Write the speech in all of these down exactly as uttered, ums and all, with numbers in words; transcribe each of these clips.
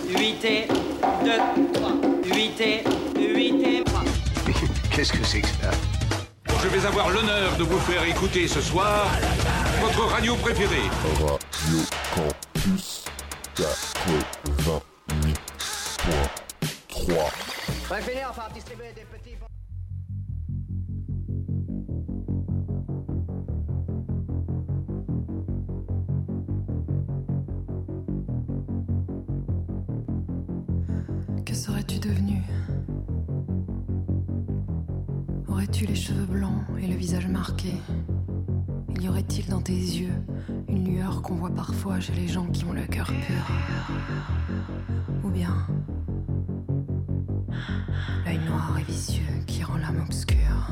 huit et deux, trois. huit et huit et trois. Qu'est-ce que c'est que ça? Je vais avoir l'honneur de vous faire écouter ce soir votre radio préférée. Radio Campus quatre-vingt-huit point trois. Ouais, finir par distribuer des petits... Que serais-tu devenu? Aurais-tu les cheveux blancs et le visage marqué? Y aurait-il dans tes yeux une lueur qu'on voit parfois chez les gens qui ont le cœur pur? Ou bien l'œil noir et vicieux qui rend l'âme obscure?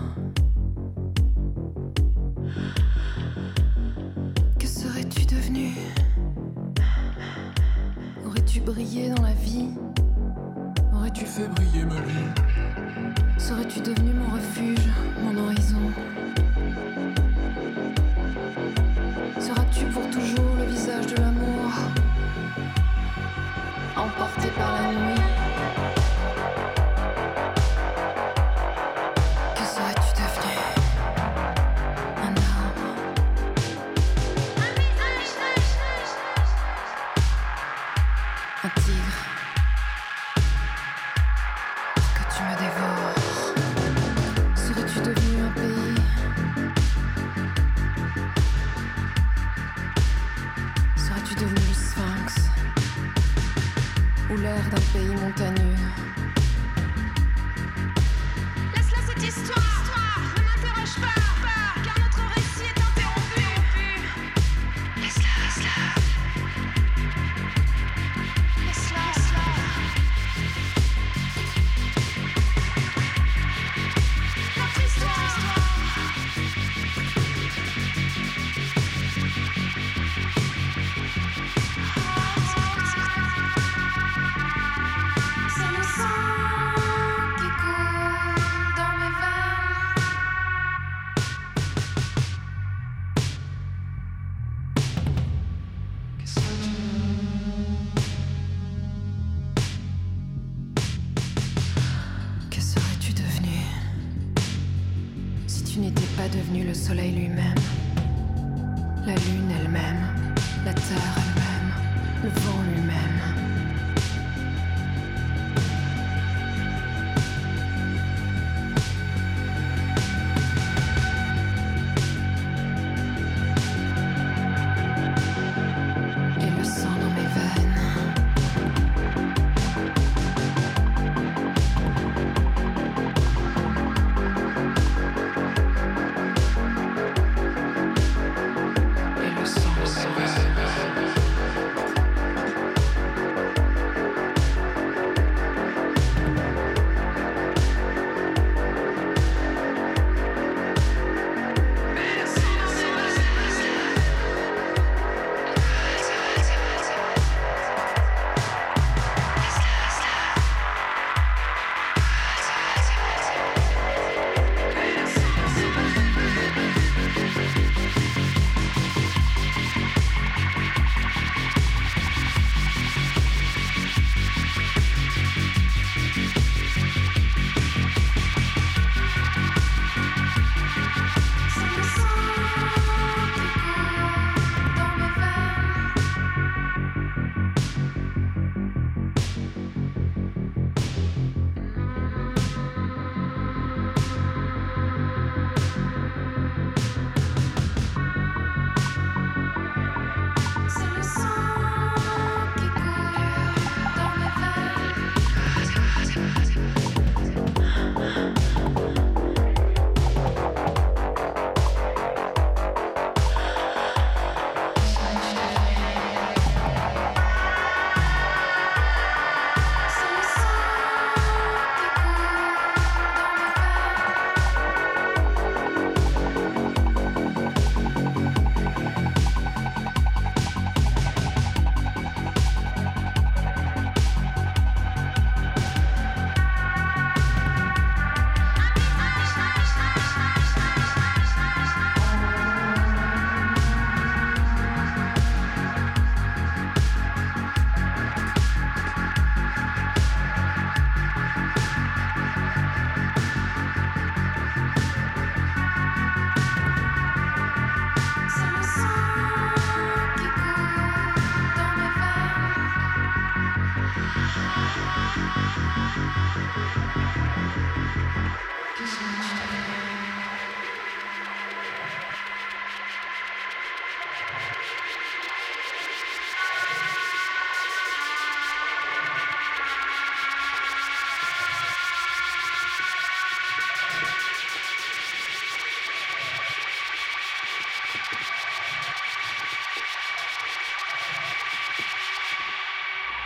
Que serais-tu devenu? Aurais-tu brillé dans la vie? Aurais-tu fait briller ma vie? Serais-tu devenu mon refuge, mon horizon? Seras-tu pour toujours le visage de l'amour, emporté par la nuit? Que serais-tu devenu? Un arbre? Un tigre? Que tu me dévores? Serais-tu devenu un pays? Serais-tu devenu le Sphinx? Ou l'air d'un pays montagneux? Laisse-la cette histoire, ne m'interroge pas, car notre récit est interrompu. Laisse-la, laisse-la. Laisse-la, laisse-la. Notre histoire. C'est le sang qui coule dans mes veines. Que serais-tu? Que serais-tu devenu si tu n'étais pas devenu le soleil lui-même, la lune elle-même, la terre elle-même, le vent lui-même? Et le sang dans mes veines. Et le sang, le sang, le sang.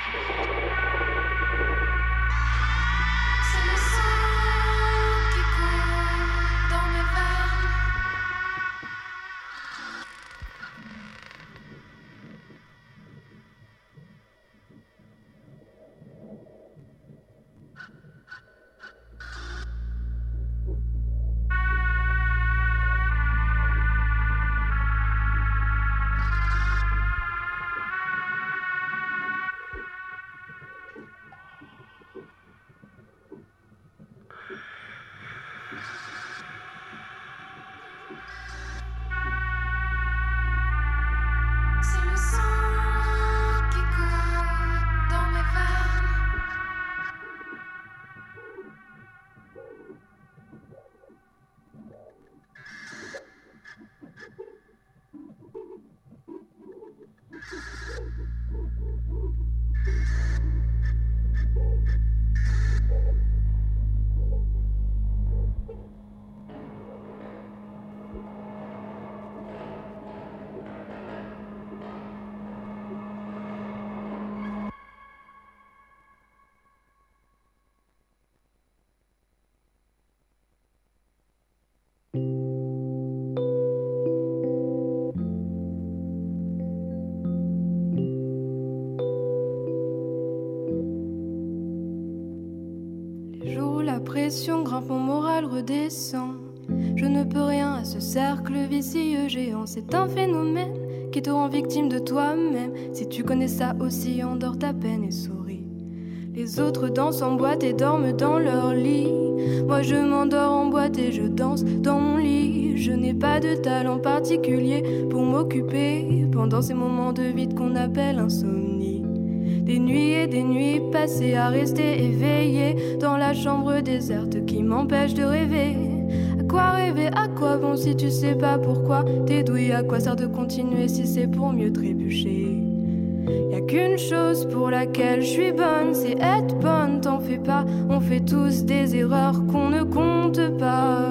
Grimpe, mon moral redescend. Je ne peux rien à ce cercle vicieux géant. C'est un phénomène qui te rend victime de toi-même. Si tu connais ça aussi, endors ta peine et souris. Les autres dansent en boîte et dorment dans leur lit. Moi je m'endors en boîte et je danse dans mon lit. Je n'ai pas de talent particulier pour m'occuper pendant ces moments de vide qu'on appelle insomnie. Des nuits et des nuits passées à rester éveillé dans la chambre déserte qui m'empêche de rêver. À quoi rêver, à quoi bon si tu sais pas pourquoi t'es douille, à quoi sert de continuer si c'est pour mieux trébucher. Y'a qu'une chose pour laquelle je suis bonne, c'est être bonne, t'en fais pas. On fait tous des erreurs qu'on ne compte pas,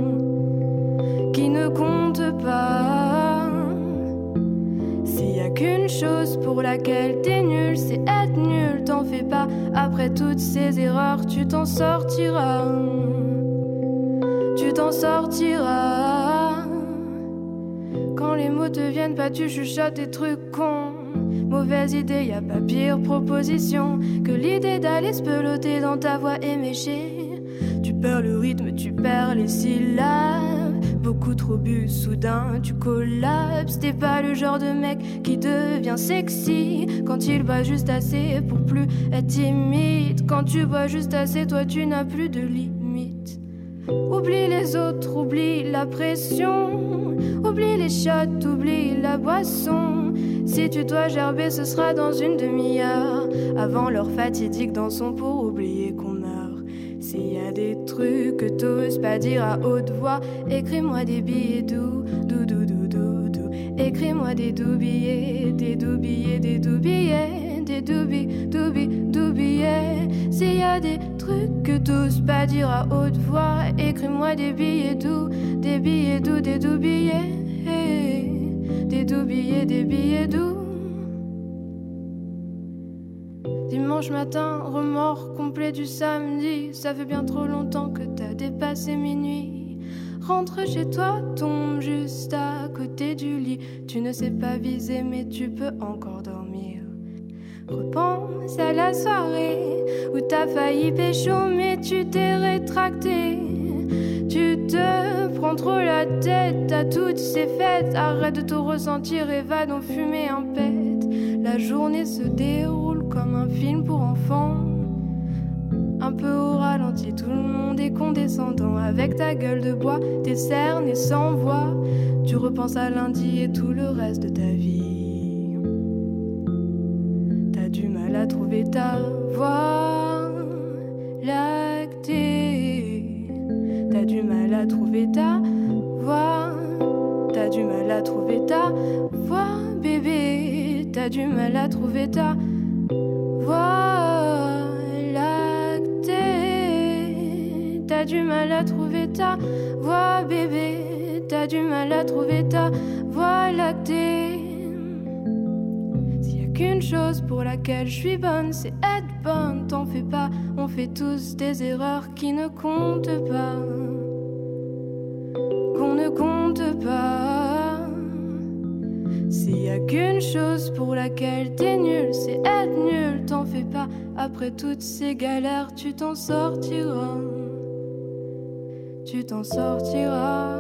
qui ne comptent pas. S'il y a qu'une chose pour laquelle t'es nul, c'est être nul, t'en fais pas. Après toutes ces erreurs, tu t'en sortiras. Tu t'en sortiras. Quand les mots te viennent pas, tu chuchotes des trucs cons. Mauvaise idée, y a pas pire proposition que l'idée d'aller se peloter dans ta voix éméchée. Tu perds le rythme, tu perds les syllabes. Beaucoup trop bu, soudain tu collapses. T'es pas le genre de mec qui devient sexy quand il boit juste assez pour plus être timide. Quand tu bois juste assez, toi tu n'as plus de limite. Oublie les autres, oublie la pression, oublie les shots, oublie la boisson. Si tu dois gerber, ce sera dans une demi-heure, avant l'heure fatidique dansons pour oublier qu'on meurt. S'il y a des trucs que t'oses pas dire à haute voix, écris-moi des billets doux, doux, doux, doux, doux, doux. Écris-moi des doux billets, des doux billets, des doux billets, des doux billets, doux billets, doux billets. S'il y a des trucs que t'oses pas dire à haute voix, écris-moi des billets doux, des billets doux, des doux billets, des doux billets, des billets doux. Dimanche matin, remords complet du samedi. Ça fait bien trop longtemps que t'as dépassé minuit. Rentre chez toi, tombe juste à côté du lit. Tu ne sais pas viser mais tu peux encore dormir. Repense à la soirée où t'as failli pécho mais tu t'es rétracté. Tu te prends trop la tête à toutes ces fêtes. Arrête de te ressentir et va donc fumer un pet. La journée se déroule comme un film pour enfants, un peu au ralenti, tout le monde est condescendant. Avec ta gueule de bois, tes cernes et sans voix, tu repenses à lundi et tout le reste de ta vie. T'as du mal à trouver ta voie lactée. T'as du mal à trouver ta voie. T'as du mal à trouver ta voix, bébé. T'as du mal à trouver ta voie lactée. T'as du mal à trouver ta voix, bébé. T'as du mal à trouver ta voie lactée. S'il y a qu'une chose pour laquelle je suis bonne, c'est être bonne. T'en fais pas, on fait tous des erreurs qui ne comptent pas, qu'on ne compte pas. S'il y a qu'une chose pour laquelle t'es nul, c'est être nul. T'en fais pas, après toutes ces galères, tu t'en sortiras. Tu t'en sortiras.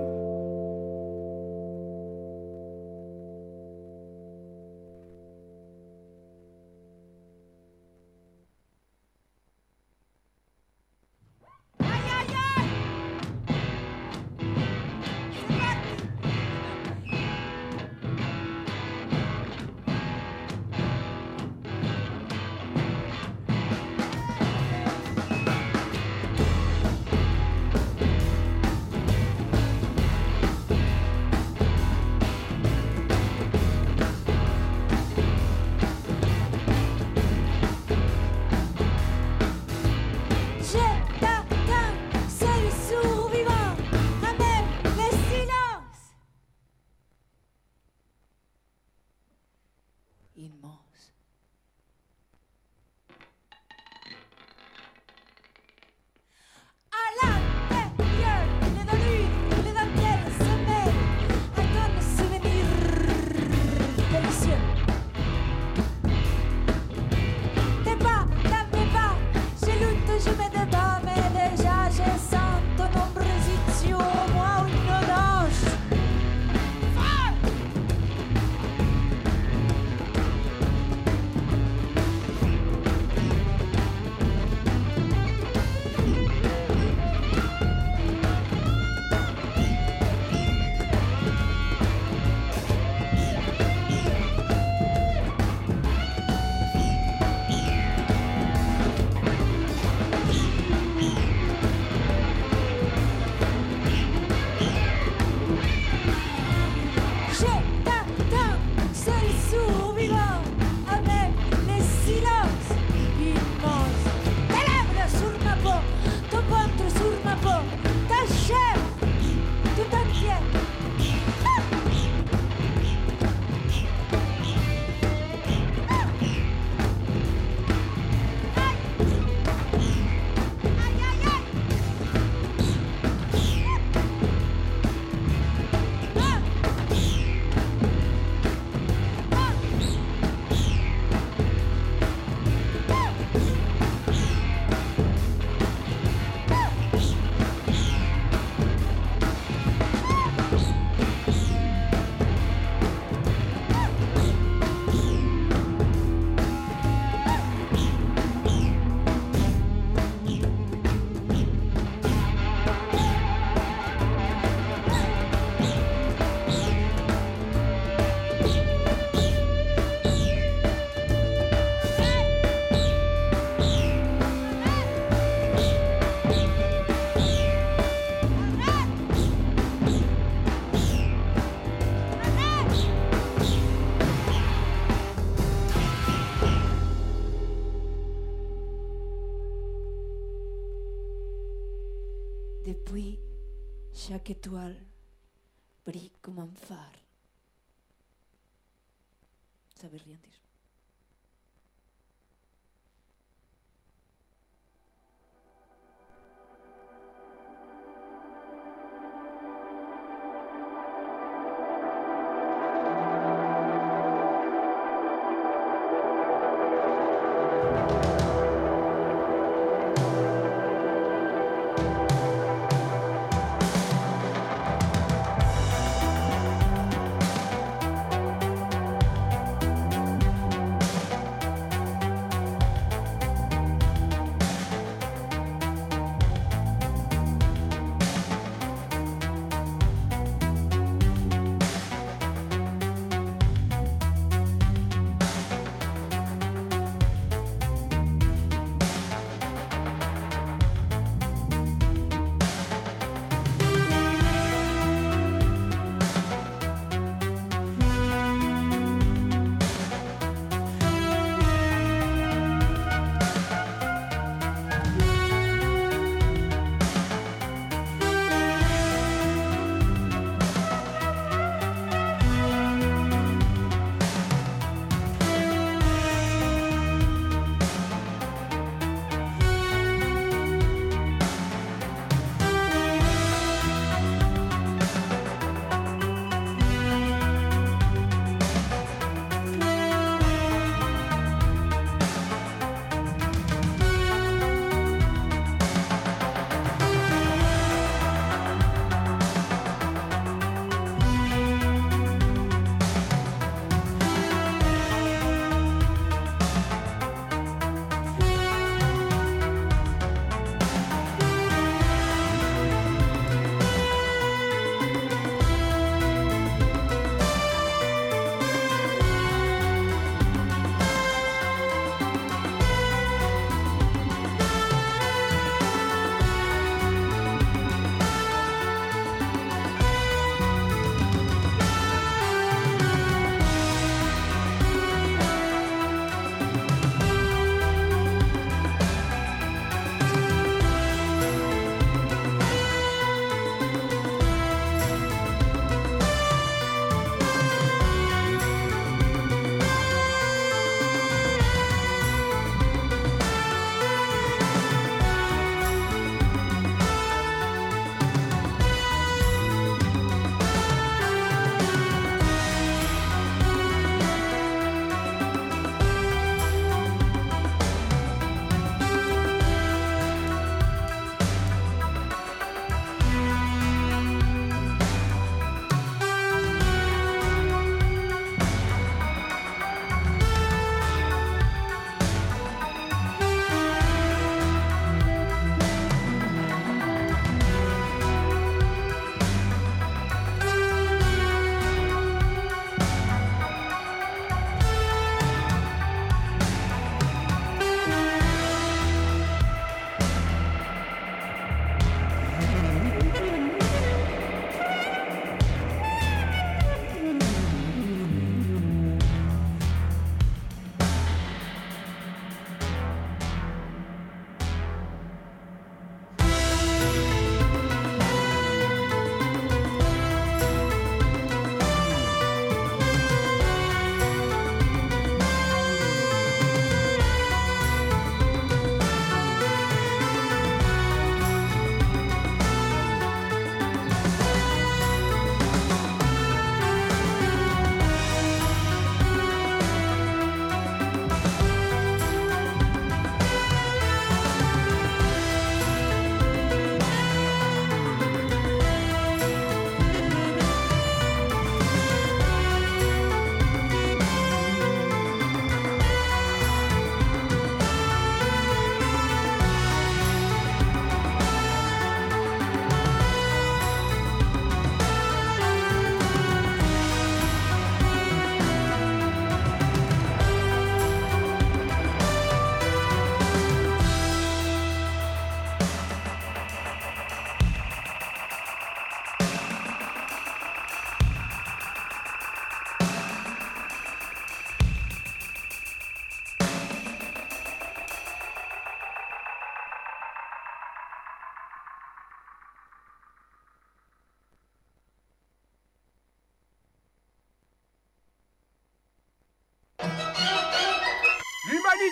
Depuis, chaque étoile brille comme un phare. Ça veut rien dire.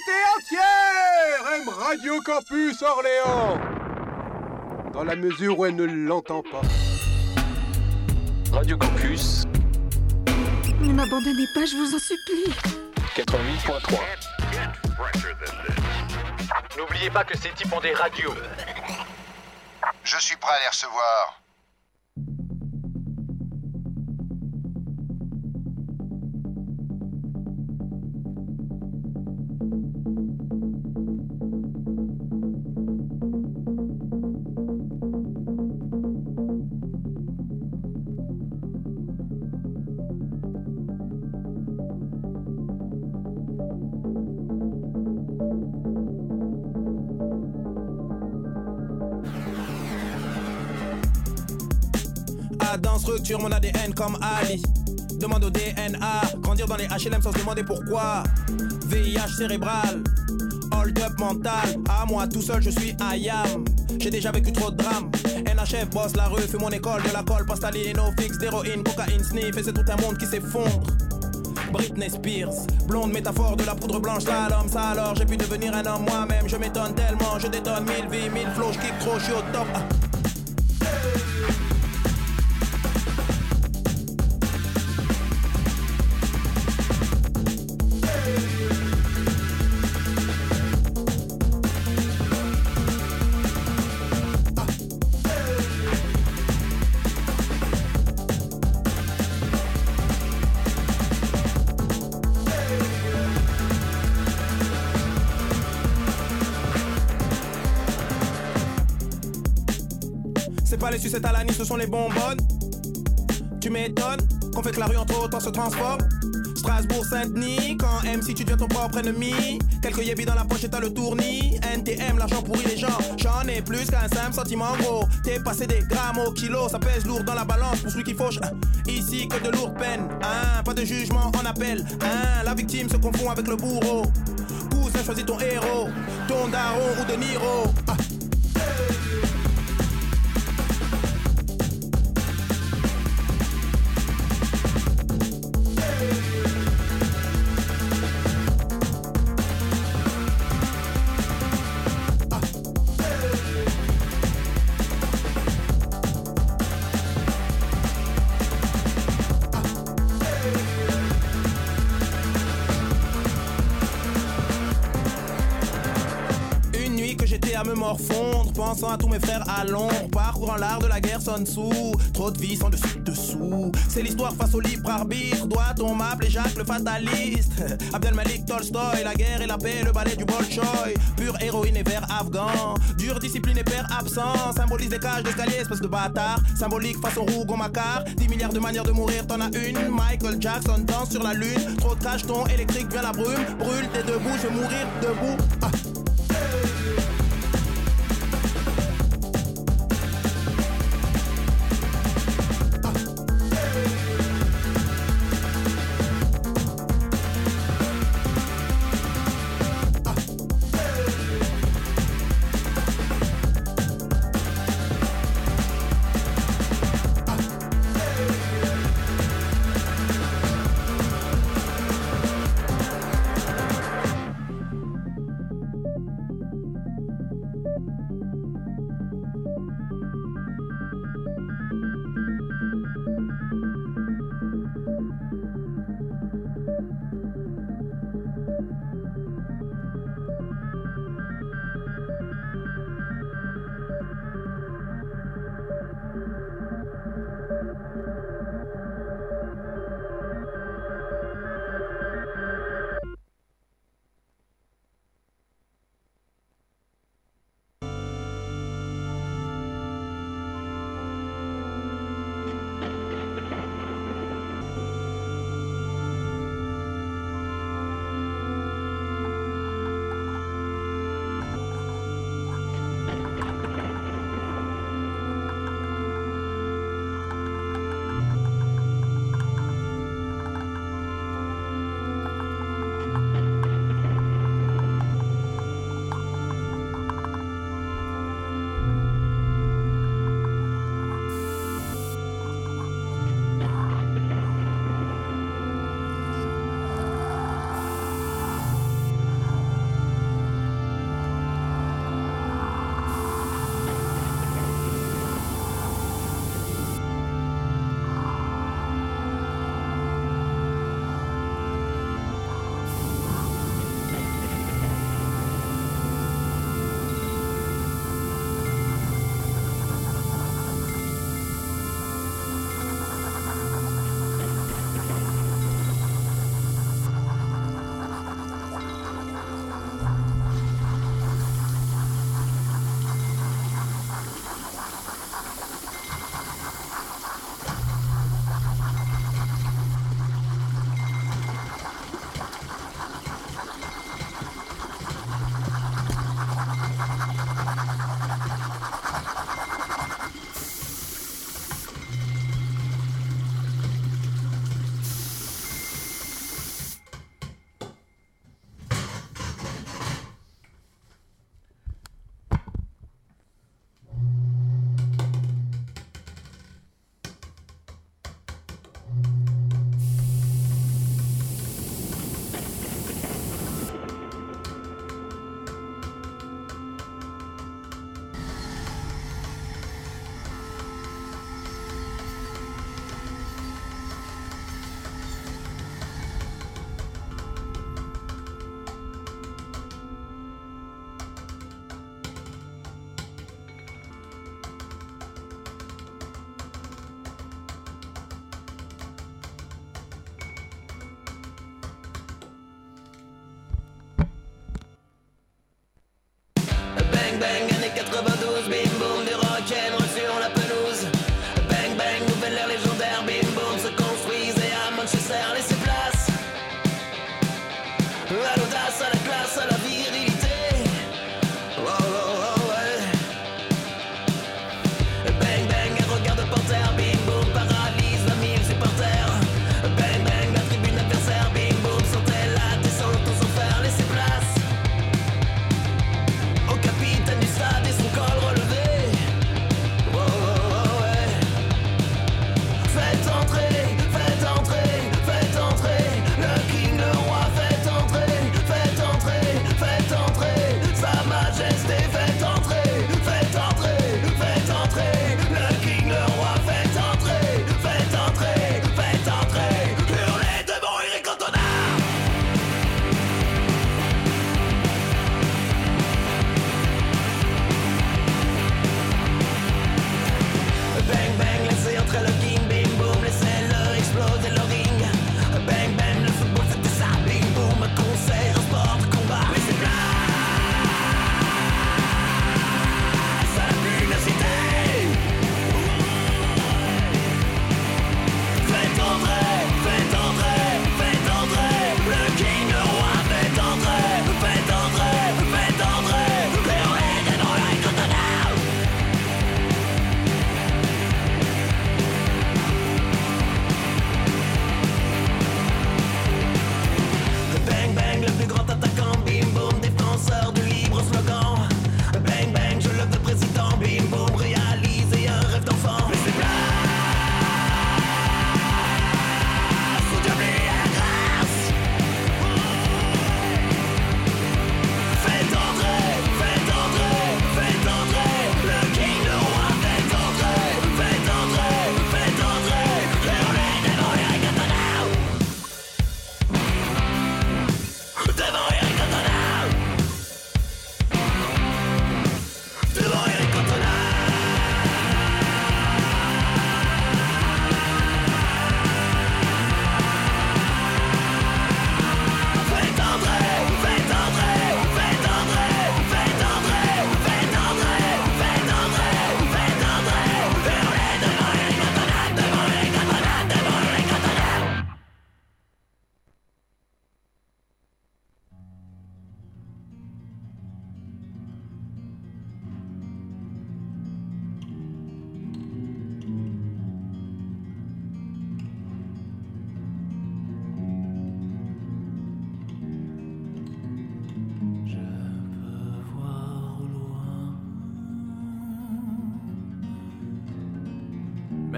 l'humanité entière aime Radio Campus Orléans, dans la mesure où elle ne l'entend pas. Radio Campus. Ne m'abandonnez pas, je vous en supplie. quatre-vingt-huit point trois. N'oubliez pas que ces types ont des radios. Je suis prêt à les recevoir. Dans structure mon A D N comme Ali. Demande au D N A. Grandir dans les H L M sans se demander pourquoi. V I H cérébral. Hold up mental. À moi tout seul je suis I am. J'ai déjà vécu trop de drames. N H F bosse la rue. Fais mon école de la colle. Pastalino fixe d'héroïne. Cocaïne sniff. Et c'est tout un monde qui s'effondre. Britney Spears, blonde métaphore de la poudre blanche, slalom, ça alors j'ai pu devenir un homme moi-même. Je m'étonne tellement, je détonne mille vies, mille flots, je kick trop, je suis au top. Ah. Les sucettes à l'anis, ce sont les bonbonnes. Tu m'étonnes qu'on fait que la rue entre autres se transforme. Strasbourg, Saint-Denis, quand M C tu deviens ton propre ennemi. Quelques yébis dans la poche et t'as le tournis. N T M, l'argent pourrit les gens. J'en ai plus qu'un simple sentiment gros. T'es passé des grammes au kilo, ça pèse lourd dans la balance pour celui qui fauche. Ici que de lourdes peines, hein, pas de jugement en appel, hein. La victime se confond avec le bourreau. Cousin, choisis ton héros, ton daron ou de Niro. Ah. Me morfondre, pensant à tous mes frères à l'ombre, parcourant l'art de la guerre sonne sous, trop de vie sans dessus dessous. C'est l'histoire face au libre arbitre, doit-on m'appeler Jacques le fataliste? Abdelmalik Tolstoy, la guerre et la paix, le ballet du Bolchoï. Pure héroïne et vert afghan, dure discipline et père absent, symbolise des cages d'escalier, espèce de bâtard, symbolique façon Rougon Macquart. Dix milliards de manières de mourir, t'en as une. Michael Jackson danse sur la lune, trop de crash, ton électrique vient la brume, brûle, t'es debout, je vais mourir debout. Ah.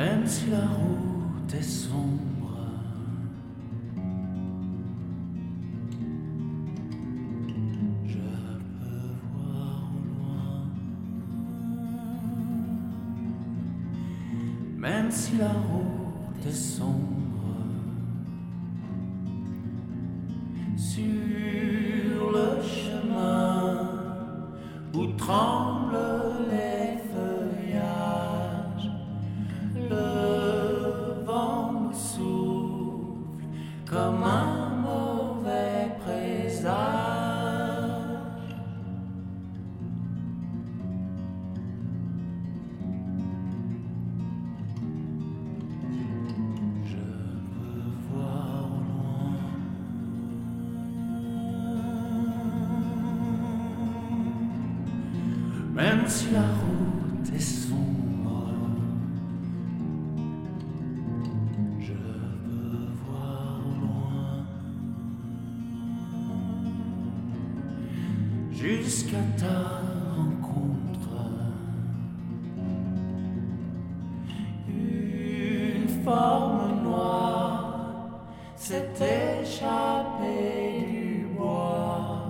Même si la route est sombre, je peux voir au loin. Même si la route est sombre, sur le chemin où tremblent les feuillages, le vent me souffle comme un mauvais présage. Je peux voir au loin. Même si la route est sombre, je peux voir au loin. Jusqu'à ta rencontre, une forme noire s'est échappée du bois.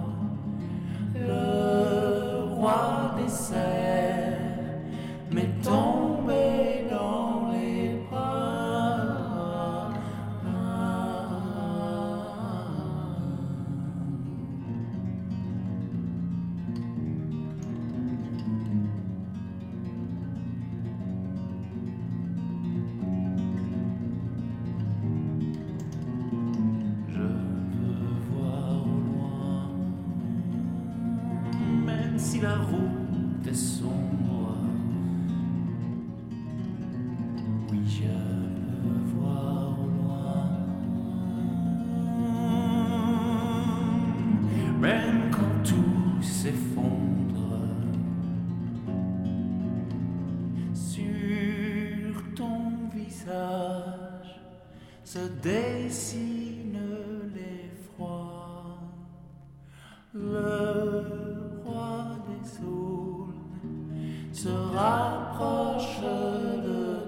Le roi des cerfs m'est tombé dans les bras. Je veux voir au loin. Même si la route est sombre, oui, je peux voir au loin. Même quand tout s'effondre, sur ton visage se dessinent l'effroi. Le roi des saules se rapproche de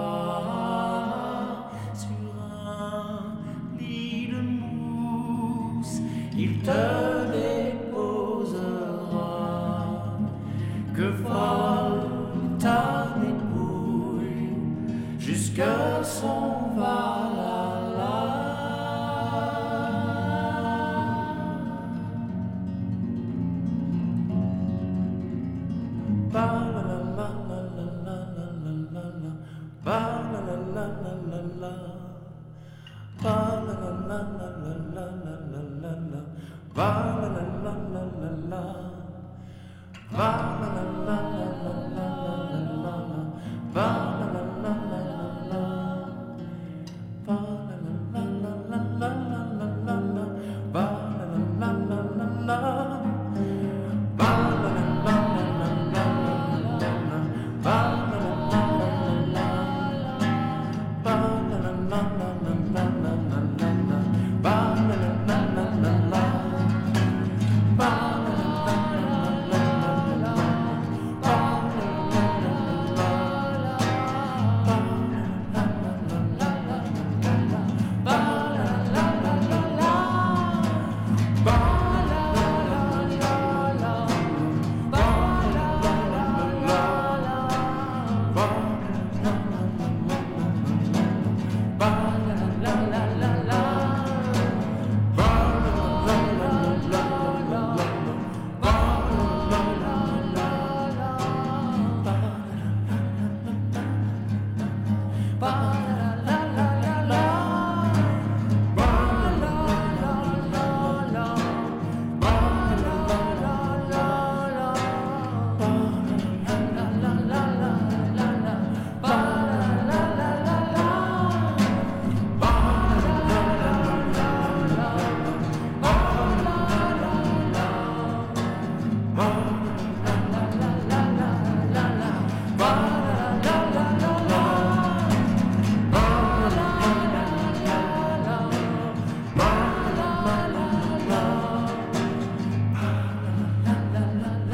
toi. Sur un lit de mousse, il te déposera. Que vole ta dépouille jusque son valhalla. Ba la la la la la la la la la. Ba la la la la la la. Ba la la la la la la la la la. Ba la la la la la la. Ba la la la la la la la la. Ba la la la la la la. Ba la la la la la la la la la. Ba la la la la la la. Ba la la la la la la. Ba la la la la la. Ba la la la la la la la la. Ba la la la la la la. Ba la la la la la la. Ba la la la la la. Ba la la la la la. Ba la la la la la. Ba la la la la. Ba la la la la.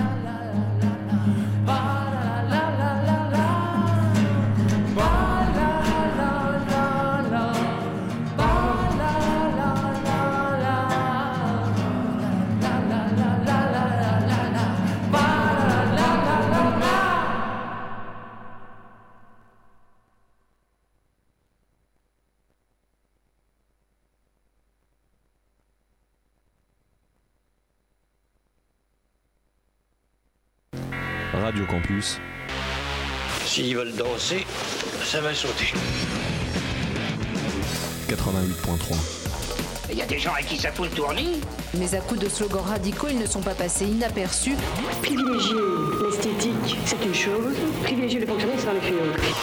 Ba la Radio Campus. S'ils veulent danser, ça va sauter. quatre-vingt-huit point trois. Il y a des gens à qui ça fout le tournis. Mais à coups de slogans radicaux, ils ne sont pas passés inaperçus. Privilégier l'esthétique, c'est une chose. Privilégier le fonctionnaire, c'est en effet une autre.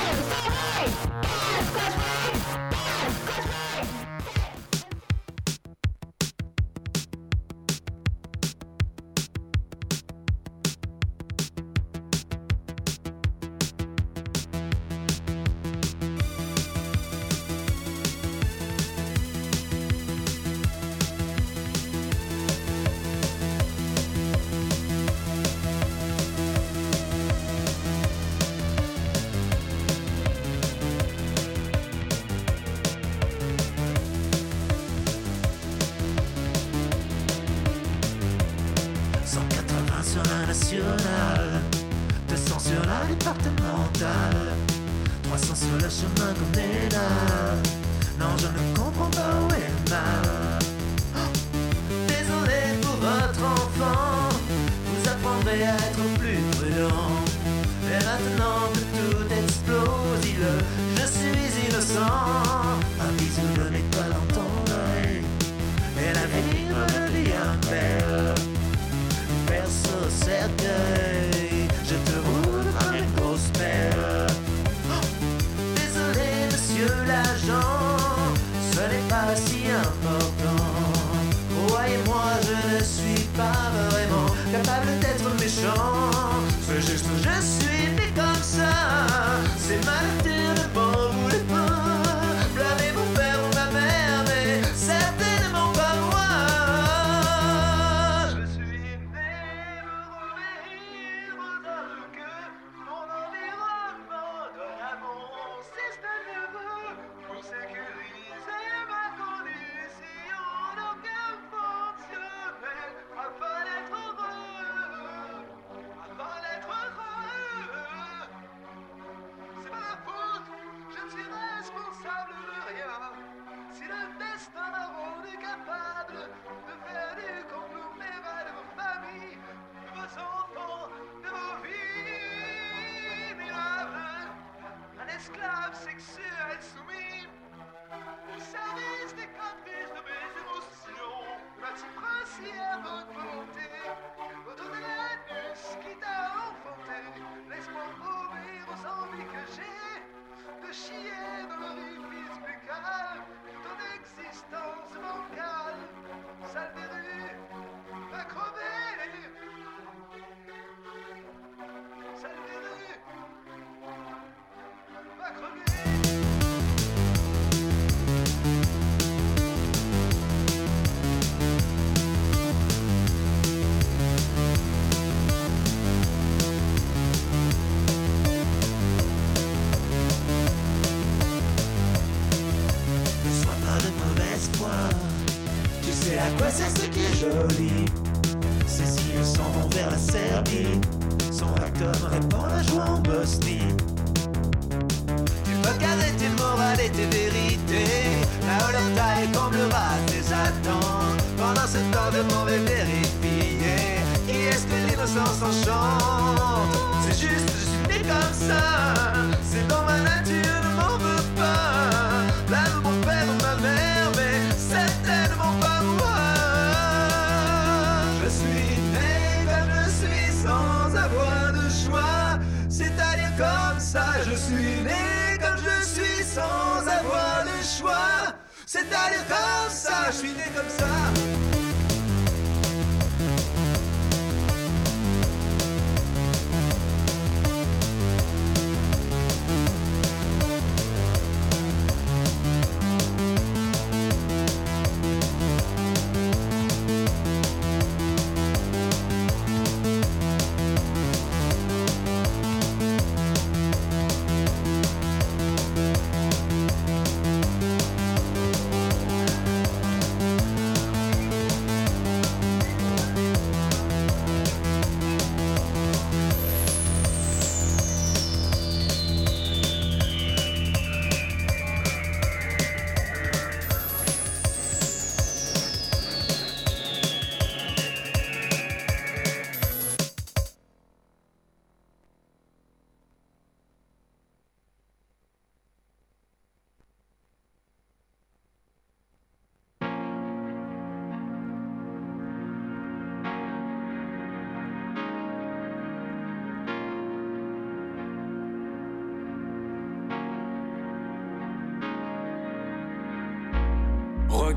C'est-à-dire comme ça, je suis né comme ça.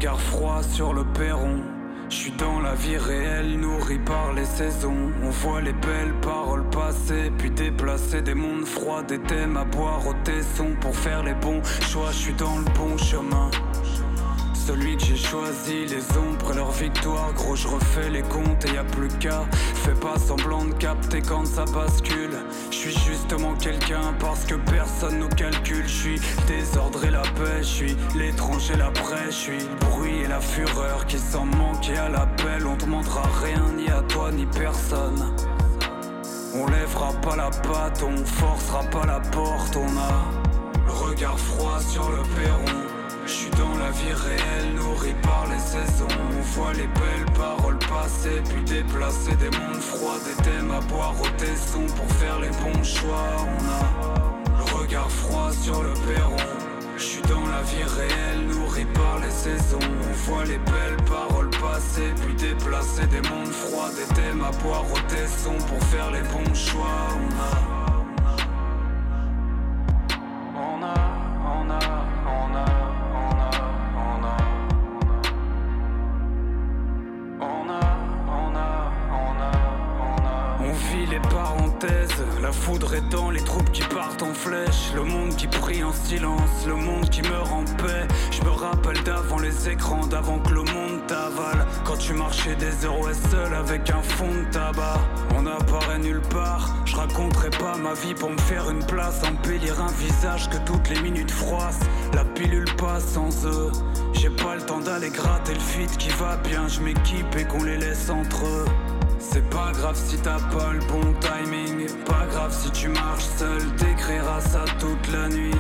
regard froid sur le perron. Je suis dans la vie réelle, nourri par les saisons. On voit les belles paroles passer, puis déplacer des mondes froids, des thèmes à boire au tesson. Pour faire les bons choix, je suis dans le bon chemin. Celui que j'ai choisi, les ombres et leur victoire. Gros, je refais les comptes et y a plus qu'à. Fais pas semblant de capter quand ça bascule. Je suis justement quelqu'un parce que personne nous calcule. Je suis désordre et la paix, je suis l'étranger, la brèche. Je suis le bruit et la fureur qui s'en manquent à l'appel. On te montrera rien, ni à toi ni personne. On lèvera pas la patte, on forcera pas la porte. On a le regard froid sur le perron. Je suis dans la vie réelle, nourri par les saisons. On voit les belles paroles passer, puis déplacer des mondes froids, des thèmes à boire au tesson. Pour faire les bons choix, on a le regard froid sur le perron. Je suis dans la vie réelle, nourri par les saisons. On voit les belles paroles passer, puis déplacer des mondes froids, des thèmes à boire au tesson. Pour faire les bons choix, on a On a, on a, on a les parenthèses, la foudre est dans les troupes qui partent en flèche. Le monde qui prie en silence, le monde qui meurt en paix. Je me rappelle d'avant les écrans, d'avant que le monde t'avale. Quand tu marchais des heures ouest seul avec un fond de tabac. On apparaît nulle part, je raconterai pas ma vie pour me faire une place. Embellir un visage que toutes les minutes froissent. La pilule passe sans eux. J'ai pas le temps d'aller gratter le feed qui va bien. Je m'équipe et qu'on les laisse entre eux. C'est pas grave si t'as pas le bon timing. Pas grave si tu marches seul. T'écriras ça toute la nuit.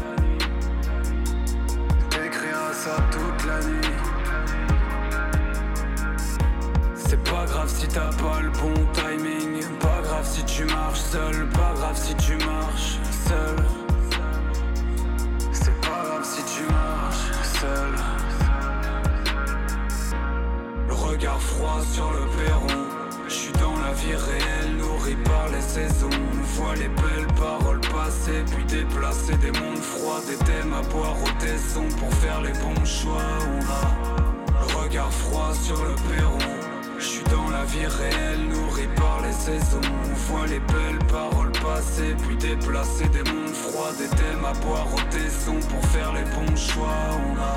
T'écriras ça toute la nuit. C'est pas grave si t'as pas le bon timing. Pas grave si tu marches seul. Pas grave si tu marches seul. C'est pas grave si tu marches seul. Le regard froid sur le perron. Je suis dans la vie réelle, nourri par les saisons. On voit les belles paroles passer, puis déplacer des mondes froids, des thèmes à boire au tesson. Pour faire les bons choix, on a le regard froid sur le perron. Je suis dans la vie réelle, nourri par les saisons. On voit les belles paroles passer, puis déplacer des mondes froids, des thèmes à boire au tesson. Pour faire les bons choix, on a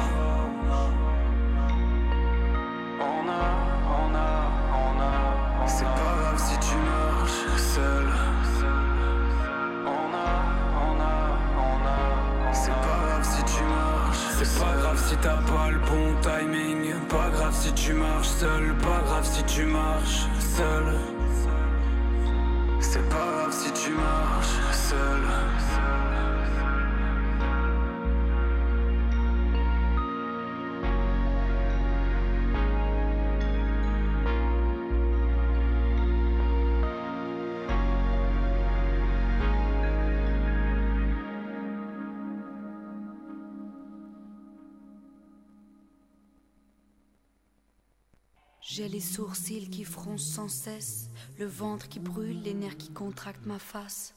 On a, on a, on a c'est pas grave si tu marches seul. On a, on a, on a. C'est pas grave si tu marches. C'est pas grave si t'as pas le bon timing. Pas grave si tu marches seul. Pas grave si tu marches seul. C'est pas grave si tu marches seul. J'ai les sourcils qui froncent sans cesse, le ventre qui brûle, les nerfs qui contractent ma face.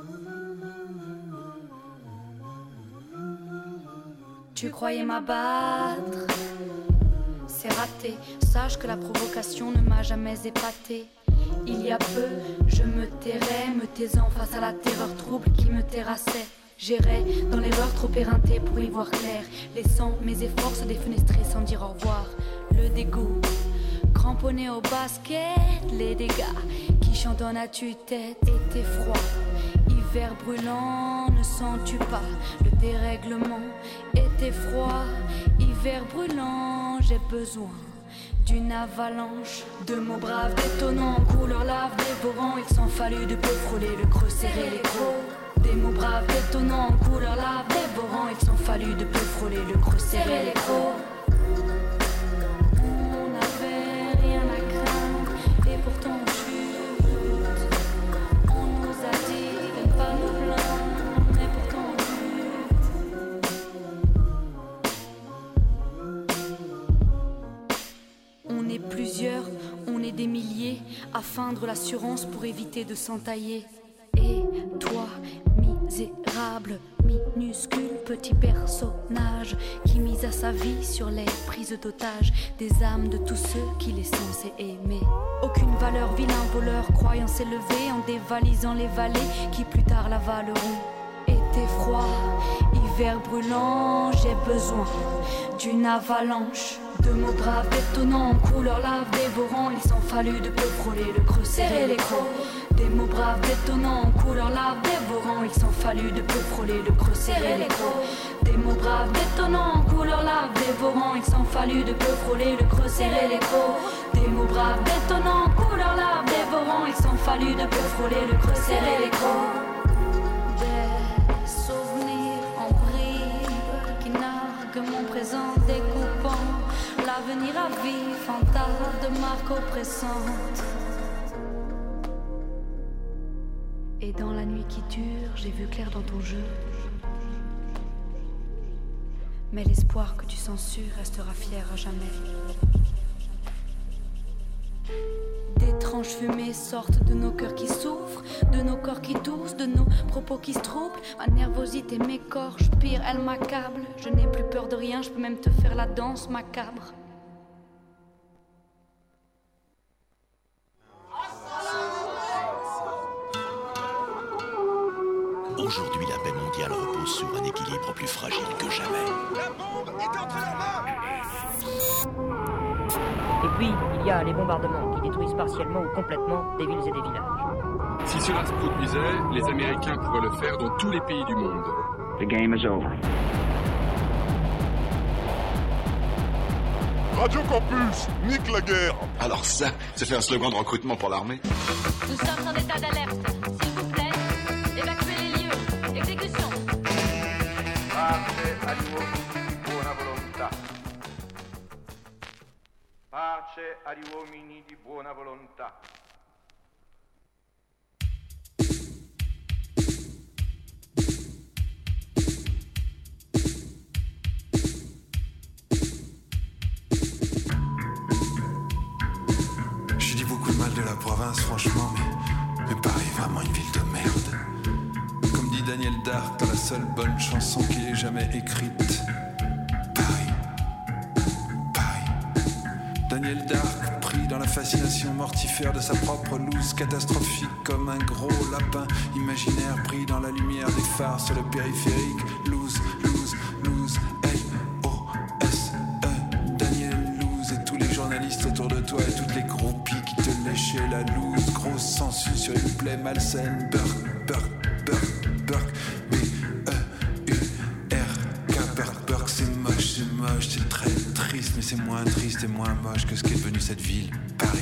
Tu croyais m'abattre, c'est raté. Sache que la provocation ne m'a jamais épaté. Il y a peu, je me tairais, me taisant face à la terreur trouble qui me terrassait. J'irais dans l'erreur trop éreintée pour y voir clair, laissant mes efforts se défenestrer sans dire au revoir. Le dégoût cramponné au basket, les dégâts qui chantonnent à tue-tête. Été froid, hiver brûlant, ne sens-tu pas le dérèglement? Été froid, hiver brûlant, j'ai besoin d'une avalanche de mots braves détonnants, en couleur lave dévorant. Il s'en fallut de peu frôler le creux, serrer les crocs. Des mots braves détonnants, en couleur lave dévorant. Il s'en fallut de peu frôler le creux, serrer les crocs. Plusieurs, on est des milliers à feindre l'assurance pour éviter de s'entailler. Et toi, misérable, minuscule petit personnage qui mise à sa vie sur les prises d'otages des âmes de tous ceux qu'il est censé aimer. Aucune valeur, vilain voleur, croyant s'élever en dévalisant les vallées qui plus tard l'avaleront. Été froid, hiver brûlant, j'ai besoin d'une avalanche de mots graves détonnants en couleur lave dévorant. Il s'en fallut de peu frôler le creux, serrer les crocs. Des mots braves détonnants en couleur lave dévorant. Il s'en fallut de peu frôler le creux, serrer les crocs. Des mots braves détonnants en couleur lave dévorant. Il s'en fallut de peu frôler le creux, serrer les crocs. Des mots braves détonnants en couleur lave dévorant. Il s'en fallut de peu frôler le creux, serrer les crocs. Des souvenirs en bribes qui narguent mon présent découpant l'avenir à vie, fantasme de marque oppressante. Et dans la nuit qui dure, j'ai vu clair dans ton jeu. Mais l'espoir que tu censures restera fier à jamais. D'étranges fumées sortent de nos cœurs qui souffrent, de nos corps qui toussent, de nos propos qui se troublent. Ma nervosité m'écorche, pire, elle m'accable. Je n'ai plus peur de rien, je peux même te faire la danse macabre. Aujourd'hui, la paix mondiale repose sur un équilibre plus fragile que jamais. La bombe est entre leurs mains. Et puis, il y a les bombardements qui détruisent partiellement ou complètement des villes et des villages. Si cela se produisait, les Américains pourraient le faire dans tous les pays du monde. The game is over. Radio Campus, nique la guerre. Alors ça, ça fait un slogan de recrutement pour l'armée. Nous sommes en état d'alerte. S'il vous plaît, évacuez les lieux. Exécution. Pace agli uomini di buona volontà. Pace agli uomini di buona volontà. J'ai dit beaucoup de mal de la province, franchement, mais, mais Paris est vraiment une ville de merde. Comme dit Daniel Dark dans la seule bonne chanson qu'il ait jamais écrite. Paris. Paris. Daniel Dark, pris dans la fascination mortifère de sa propre loose catastrophique comme un gros lapin imaginaire pris dans la lumière des phares sur le périphérique. Loose, loose, loose, L O S E. Daniel Loose et tous les journalistes autour de toi et toutes les groupies qui te léchaient la loose. Grosse sangsue sur une plaie malsaine. Burk, Burk, Burk, Burk, B E U R K, Burk, Burk, c'est moche, c'est moche, c'est très triste, mais c'est moins triste et moins moche que ce qu'est devenu cette ville, Paris.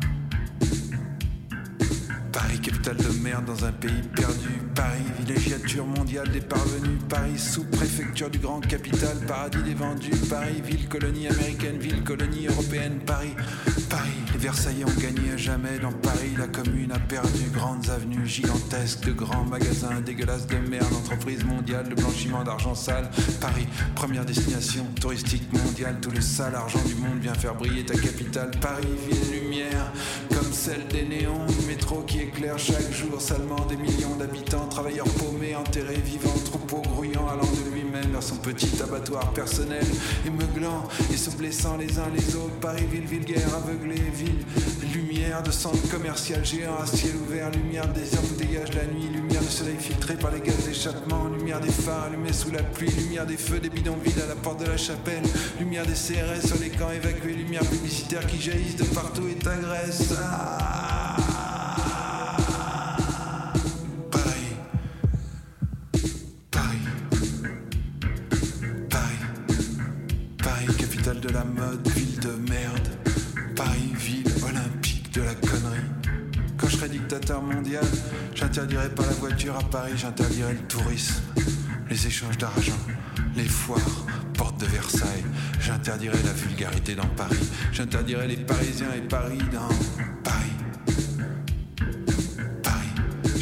Paris, capitale de merde dans un pays perdu. Paris, villégiature mondiale des parvenus. Paris, sous-préfecture du grand capital, paradis des vendus. Paris, ville-colonie américaine, ville-colonie européenne. Paris, Paris, les Versaillais ont gagné à jamais. Dans Paris, la commune a perdu. Grandes avenues gigantesques de grands magasins dégueulasses de merde. Entreprise mondiale de blanchiment d'argent sale. Paris, première destination touristique mondiale. Tout le sale argent du monde vient faire briller ta capitale. Paris, ville lumière, comme celle des néons. Métro qui éclaire chaque jour salement des millions d'habitants. Travailleurs paumés, enterrés, vivants, troupeaux grouillant, allant de lui-même vers son petit abattoir personnel, et meuglant et se blessant les uns les autres. Paris, ville vulgaire, aveuglée, ville, lumière de centre commercial géant à ciel ouvert, lumière de désert où dégage la nuit, lumière du soleil filtré par les gaz d'échappement, lumière des phares allumés sous la pluie, lumière des feux des bidonvilles à la porte de la chapelle, lumière des C R S sur les camps évacués, lumière publicitaire qui jaillissent de partout et t'agresse. Ah de la mode, ville de merde. Paris, ville olympique de la connerie. Quand je serai dictateur mondial, j'interdirai pas la voiture à Paris, j'interdirai le tourisme, les échanges d'argent, les foires, portes de Versailles. J'interdirai la vulgarité dans Paris, j'interdirai les Parisiens et Paris dans Paris. Paris.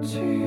Tu